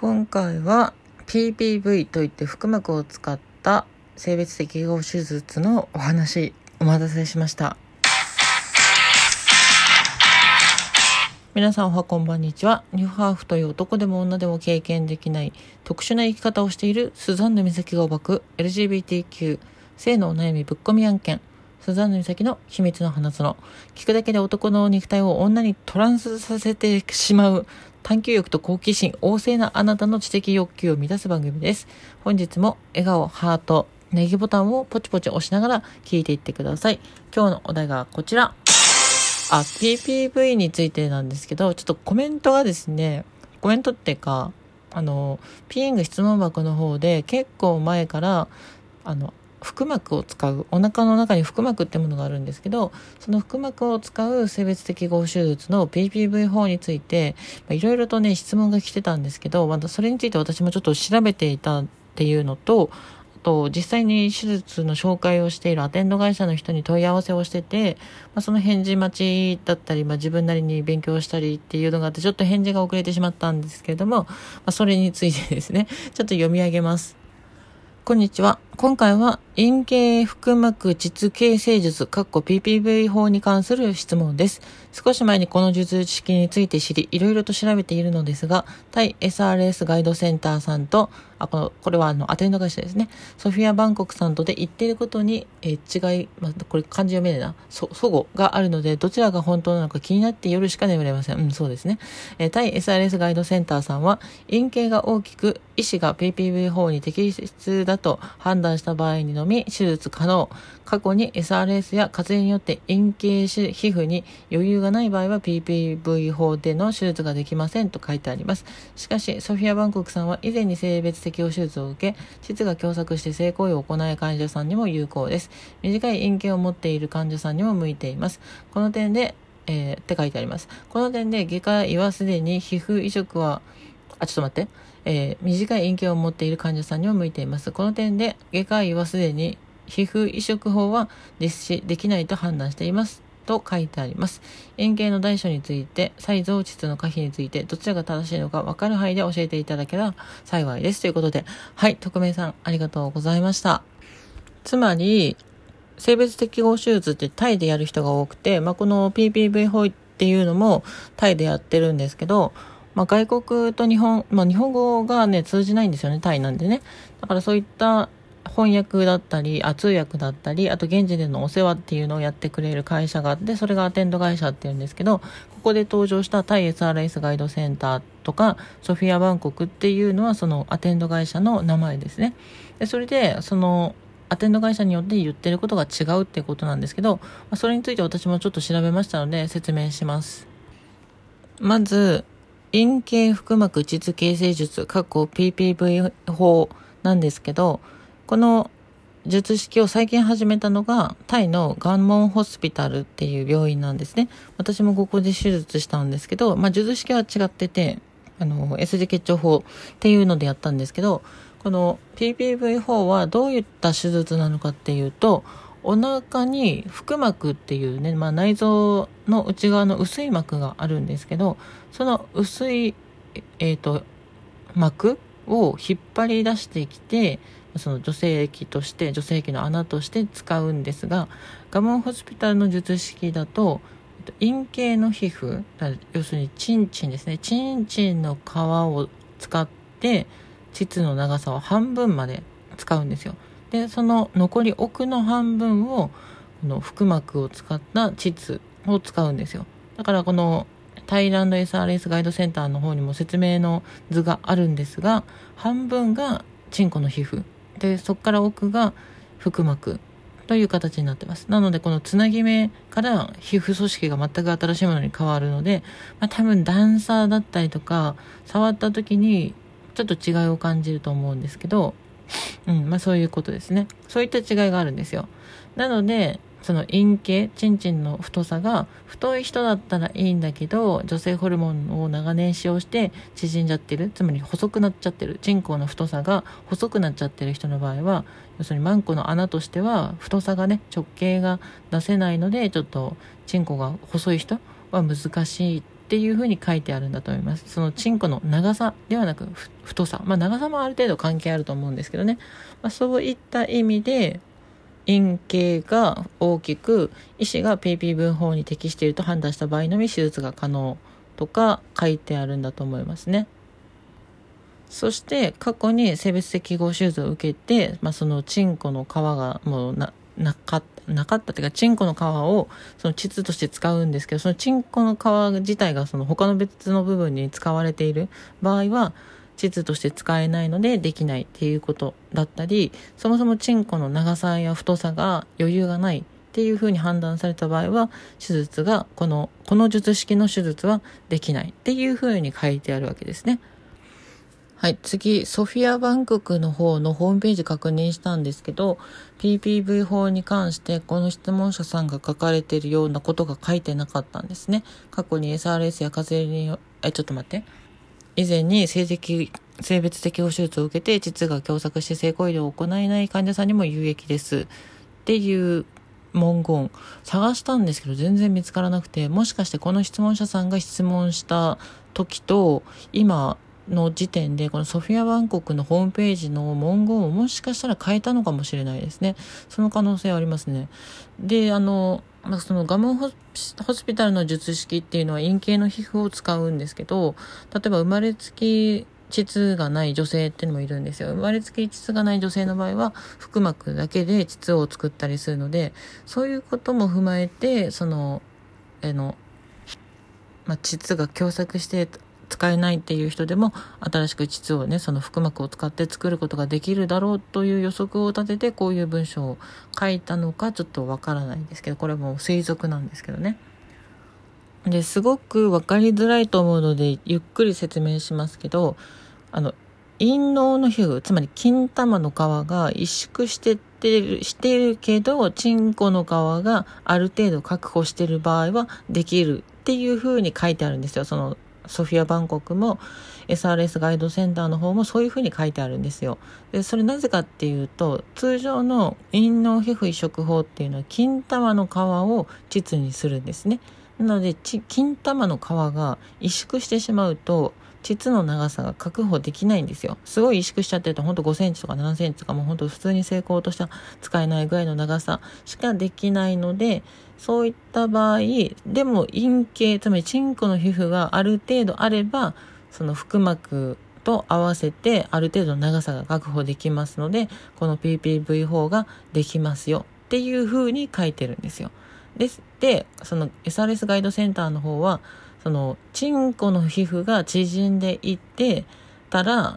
今回は PPV といって腹膜を使った性別適合手術のお話、お待たせしました。皆さんおはこんばんにちは。ニューハーフという男でも女でも経験できない特殊な生き方をしているスザンヌ美咲が暴く LGBTQ 性のお悩みぶっこみ案件、スザンヌ美咲の秘密の花園。聞くだけで男の肉体を女にトランスさせてしまう探求欲と好奇心旺盛なあなたの知的欲求を満たす番組です。本日も笑顔、ハート、ネギボタンをポチポチ押しながら聞いていってください。今日のお題がこちら。PPV についてなんですけど、ちょっとコメントがですね、コメントっていうか、ピーイング質問箱の方で結構前から、腹膜を使う、お腹の中に腹膜ってものがあるんですけど、その腹膜を使う性別適合手術の PPV 法について、いろいろとね、質問が来てたんですけど、それについて私もちょっと調べていたっていうのと、実際に手術の紹介をしているアテンド会社の人に問い合わせをしてて、その返事待ちだったり、自分なりに勉強したりっていうのがあって、ちょっと返事が遅れてしまったんですけれども、それについてですね、ちょっと読み上げます。こんにちは。今回は陰茎腹膜膣形成術（PPV 法）に関する質問です。少し前にこの術式について知り、いろいろと調べているのですが、対 SRS ガイドセンターさんと、これはアテンド会社ですね。ソフィア・バンコクさんとで言っていることに、違い、これ漢字読めねえな。齟齬があるので、どちらが本当なのか気になって夜しか眠れません。そうですね。対 SRS ガイドセンターさんは、陰茎が大きく、医師が PPV 法に適切だと判断した場合にのみ手術可能。過去に SRS や加齢によって陰茎皮膚に余裕がない場合は PPV 法での手術ができませんと書いてあります。しかし、ソフィア・バンコクさんは以前に性別適応手術を受け、膣が狭窄して性行為を行い患者さんにも有効です。短い陰茎を持っている患者さんにも向いています。この点で、って書いてあります。この点で外科医はすでに皮膚移植は、ちょっと待って。短い陰茎を持っている患者さんにも向いています。この点で外科医はすでに皮膚移植法は実施できないと判断していますと書いてあります。陰茎の大小について、サイズ、膣の可否についてどちらが正しいのか分かる範囲で教えていただけたら幸いですということで、はい、匿名さんありがとうございました。つまり性別適合手術ってタイでやる人が多くて、この PPV 法っていうのもタイでやってるんですけど、外国と日本語がね通じないんですよね、タイなんでね。だからそういった翻訳だったり、通訳だったり、あと現地でのお世話っていうのをやってくれる会社があって、それがアテンド会社っていうんですけど、ここで登場したタイ SRS ガイドセンターとかソフィア・バンコクっていうのはそのアテンド会社の名前ですね。でそれでそのアテンド会社によって言ってることが違うっていうことなんですけど、それについて私もちょっと調べましたので説明します。まず陰茎腹膜膣形成術（PPV 法）なんですけど、この術式を最近始めたのがタイのガンモンホスピタルっていう病院なんですね。私もここで手術したんですけど、術式は違ってて、S 字結腸法っていうのでやったんですけど、この PPV 法はどういった手術なのかっていうと、お腹に腹膜っていうね、内臓の内側の薄い膜があるんですけど、その薄い、膜を引っ張り出してきて、その女性器の穴として使うんですが、ガモンホスピタルの術式だと、陰茎の皮膚、要するにチンチンですね。チンチンの皮を使って、膣の長さを半分まで使うんですよ。で、その残り奥の半分を、この腹膜を使った膣を使うんですよ。だからこのタイランド SRS ガイドセンターの方にも説明の図があるんですが、半分がチンコの皮膚で、そこから奥が腹膜という形になってます。なのでこのつなぎ目から皮膚組織が全く新しいものに変わるので、多分段差だったりとか触った時にちょっと違いを感じると思うんですけど、そういうことですね。そういった違いがあるんですよ。なのでその陰茎、チンチンの太さが太い人だったらいいんだけど、女性ホルモンを長年使用して縮んじゃってる、つまり細くなっちゃってる、チンコの太さが細くなっちゃってる人の場合は、要するにマンコの穴としては太さがね、直径が出せないので、ちょっとチンコが細い人は難しいってっていうふうに書いてあるんだと思います。そのチンコの長さではなく太さ、長さもある程度関係あると思うんですけどね、そういった意味で陰茎が大きく医師が PP 分法に適していると判断した場合のみ手術が可能とか書いてあるんだと思いますね。そして過去に性別適合手術を受けて、そのチンコの皮がもうなかったっていうか、チンコの皮をその膣として使うんですけど、そのチンコの皮自体がその他の別の部分に使われている場合は膣として使えないのでできないっていうことだったり、そもそもチンコの長さや太さが余裕がないっていうふうに判断された場合は手術がこの術式の手術はできないっていうふうに書いてあるわけですね。はい、次、ソフィア・バンコクの方のホームページ確認したんですけど、PPV 法に関してこの質問者さんが書かれているようなことが書いてなかったんですね。過去に SRS や以前に性別適合手術を受けて膣が狭窄して性行為を行えない患者さんにも有益ですっていう文言探したんですけど全然見つからなくて、もしかしてこの質問者さんが質問した時と今の時点でこのソフィア・バンコクのホームページの文言をもしかしたら変えたのかもしれないですね。その可能性はありますね。で、そのガモンホスピタルの術式っていうのは陰茎の皮膚を使うんですけど、例えば生まれつき膣がない女性っていうのもいるんですよ。生まれつき膣がない女性の場合は腹膜だけで膣を作ったりするので、そういうことも踏まえて膣が狭窄して使えないっていう人でも新しく膣をね、その腹膜を使って作ることができるだろうという予測を立ててこういう文章を書いたのかちょっとわからないんですけど、これも推測なんですけどね。ですごくわかりづらいと思うのでゆっくり説明しますけど、陰嚢の皮膚、つまり金玉の皮が萎縮してるけどチンコの皮がある程度確保している場合はできるっていう風に書いてあるんですよ。そのソフィア・バンコクも SRS ガイドセンターの方もそういう風に書いてあるんですよ。で、それなぜかっていうと、通常の陰嚢皮膚移植法っていうのは金玉の皮を膣にするんですね。なので金玉の皮が萎縮してしまうと膣の長さが確保できないんですよ。すごい萎縮しちゃってると本当5センチとか7センチとかもう本当普通に成功とした使えないぐらいの長さしかできないので、そういった場合でも陰茎、つまりチンコの皮膚がある程度あればその腹膜と合わせてある程度の長さが確保できますので、この PPV 法ができますよっていう風に書いてるんですよ。で、その SRS ガイドセンターの方はそのチンコの皮膚が縮んでたら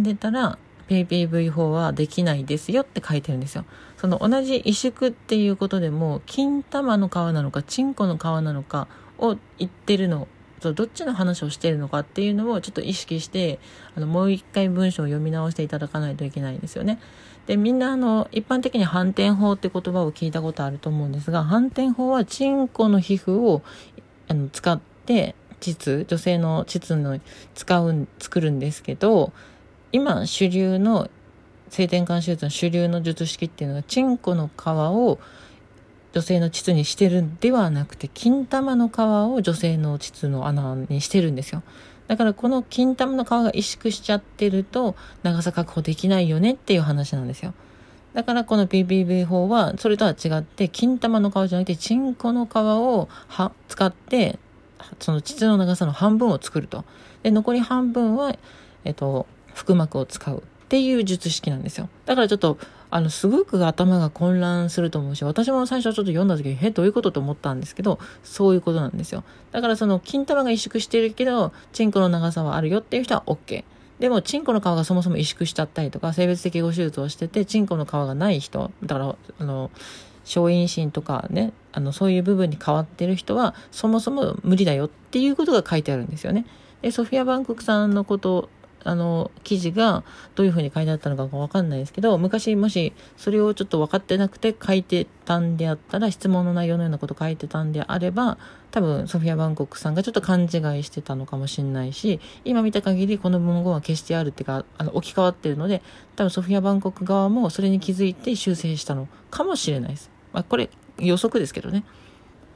PPV 法はできないですよって書いてるんですよ。その同じ萎縮っていうことでも金玉の皮なのかチンコの皮なのかを言ってるの、どっちの話をしているのかっていうのをちょっと意識してもう一回文章を読み直していただかないといけないんですよね。で、みんな一般的に反転法って言葉を聞いたことあると思うんですが、反転法はチンコの皮膚を使って女性の膣の作るんですけど、今主流の性転換手術の主流の術式っていうのがチンコの皮を女性の膣にしてるんではなくて金玉の皮を女性の膣の穴にしてるんですよ。だからこの金玉の皮が萎縮しちゃってると長さ確保できないよねっていう話なんですよ。だからこの PPV 法はそれとは違って金玉の皮じゃなくてチンコの皮を使ってその膣の長さの半分を作ると。で、残り半分は腹膜を使うっていう術式なんですよ。だからちょっとすごく頭が混乱すると思うし、私も最初はちょっと読んだ時どういうことと思ったんですけど、そういうことなんですよ。だからその金玉が萎縮してるけどチンコの長さはあるよっていう人は OK。でもチンコの皮がそもそも萎縮しちゃったりとか性別適合手術をしててチンコの皮がない人だから小陰唇とかね、そういう部分に変わってる人はそもそも無理だよっていうことが書いてあるんですよね。で、ソフィア・バンコクさんのこと記事がどういうふうに書いてあったのかわかんないですけど、昔もしそれをちょっと分かってなくて書いてたんであったら、質問の内容のようなこと書いてたんであれば、多分ソフィア・バンコクさんがちょっと勘違いしてたのかもしれないし、今見た限りこの文言は消してあるっていうか置き換わってるので、多分ソフィア・バンコク側もそれに気づいて修正したのかもしれないです。これ予測ですけどね。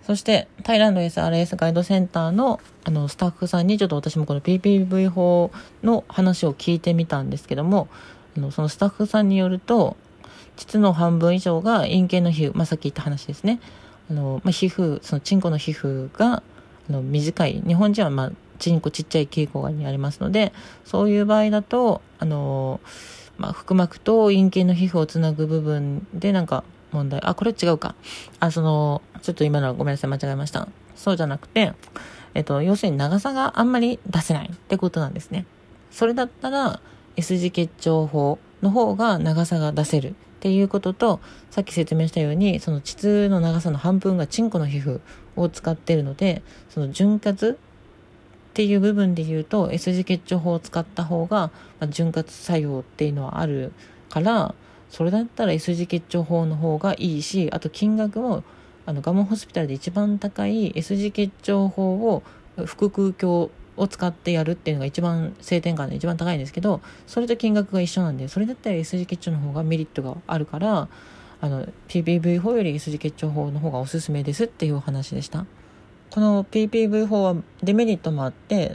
そしてタイランド SRS ガイドセンターのスタッフさんにちょっと私もこの PPV 法の話を聞いてみたんですけども、そのスタッフさんによると、膣の半分以上が陰茎の皮膚、さっき言った話ですね。皮膚、そのチンコの皮膚が短い。日本人はチンコちっちゃい傾向にありますので、そういう場合だと腹膜と陰茎の皮膚をつなぐ部分で問題、これ違うか。ちょっと今のはごめんなさい、間違えました。そうじゃなくて、要するに長さがあんまり出せないってことなんですね。それだったら S 字結腸法の方が長さが出せるっていうことと、さっき説明したようにその膣の長さの半分がチンコの皮膚を使っているので、その潤滑っていう部分で言うと S 字結腸法を使った方が、潤滑作用っていうのはあるから、それだったら S 字結腸法の方がいいし、あと金額もガモンホスピタルで一番高い S 字結腸法を腹腔鏡を使ってやるっていうのが一番性転換で一番高いんですけど、それと金額が一緒なんで、それだったら S 字結腸の方がメリットがあるから、PPV 法より S 字結腸法の方がおすすめですっていうお話でした。この PPV 法はデメリットもあって、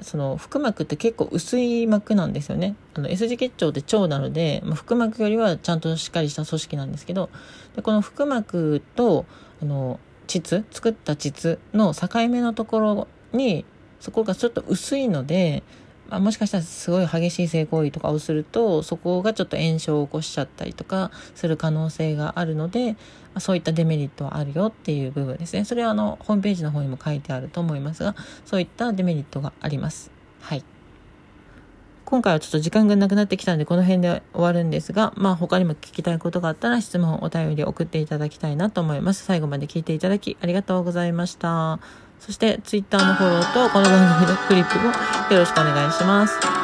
その腹膜って結構薄い膜なんですよね。S 字結腸って腸なので、腹膜よりはちゃんとしっかりした組織なんですけど、でこの腹膜と作った膣の境目のところにそこがちょっと薄いので、もしかしたらすごい激しい性行為とかをするとそこがちょっと炎症を起こしちゃったりとかする可能性があるので、そういったデメリットはあるよっていう部分ですね。それはホームページの方にも書いてあると思いますが、そういったデメリットがあります。はい。今回はちょっと時間がなくなってきたのでこの辺で終わるんですが、他にも聞きたいことがあったら質問お便り送っていただきたいなと思います。最後まで聞いていただきありがとうございました。そして Twitter のフォローとこの番組のクリップもよろしくお願いします。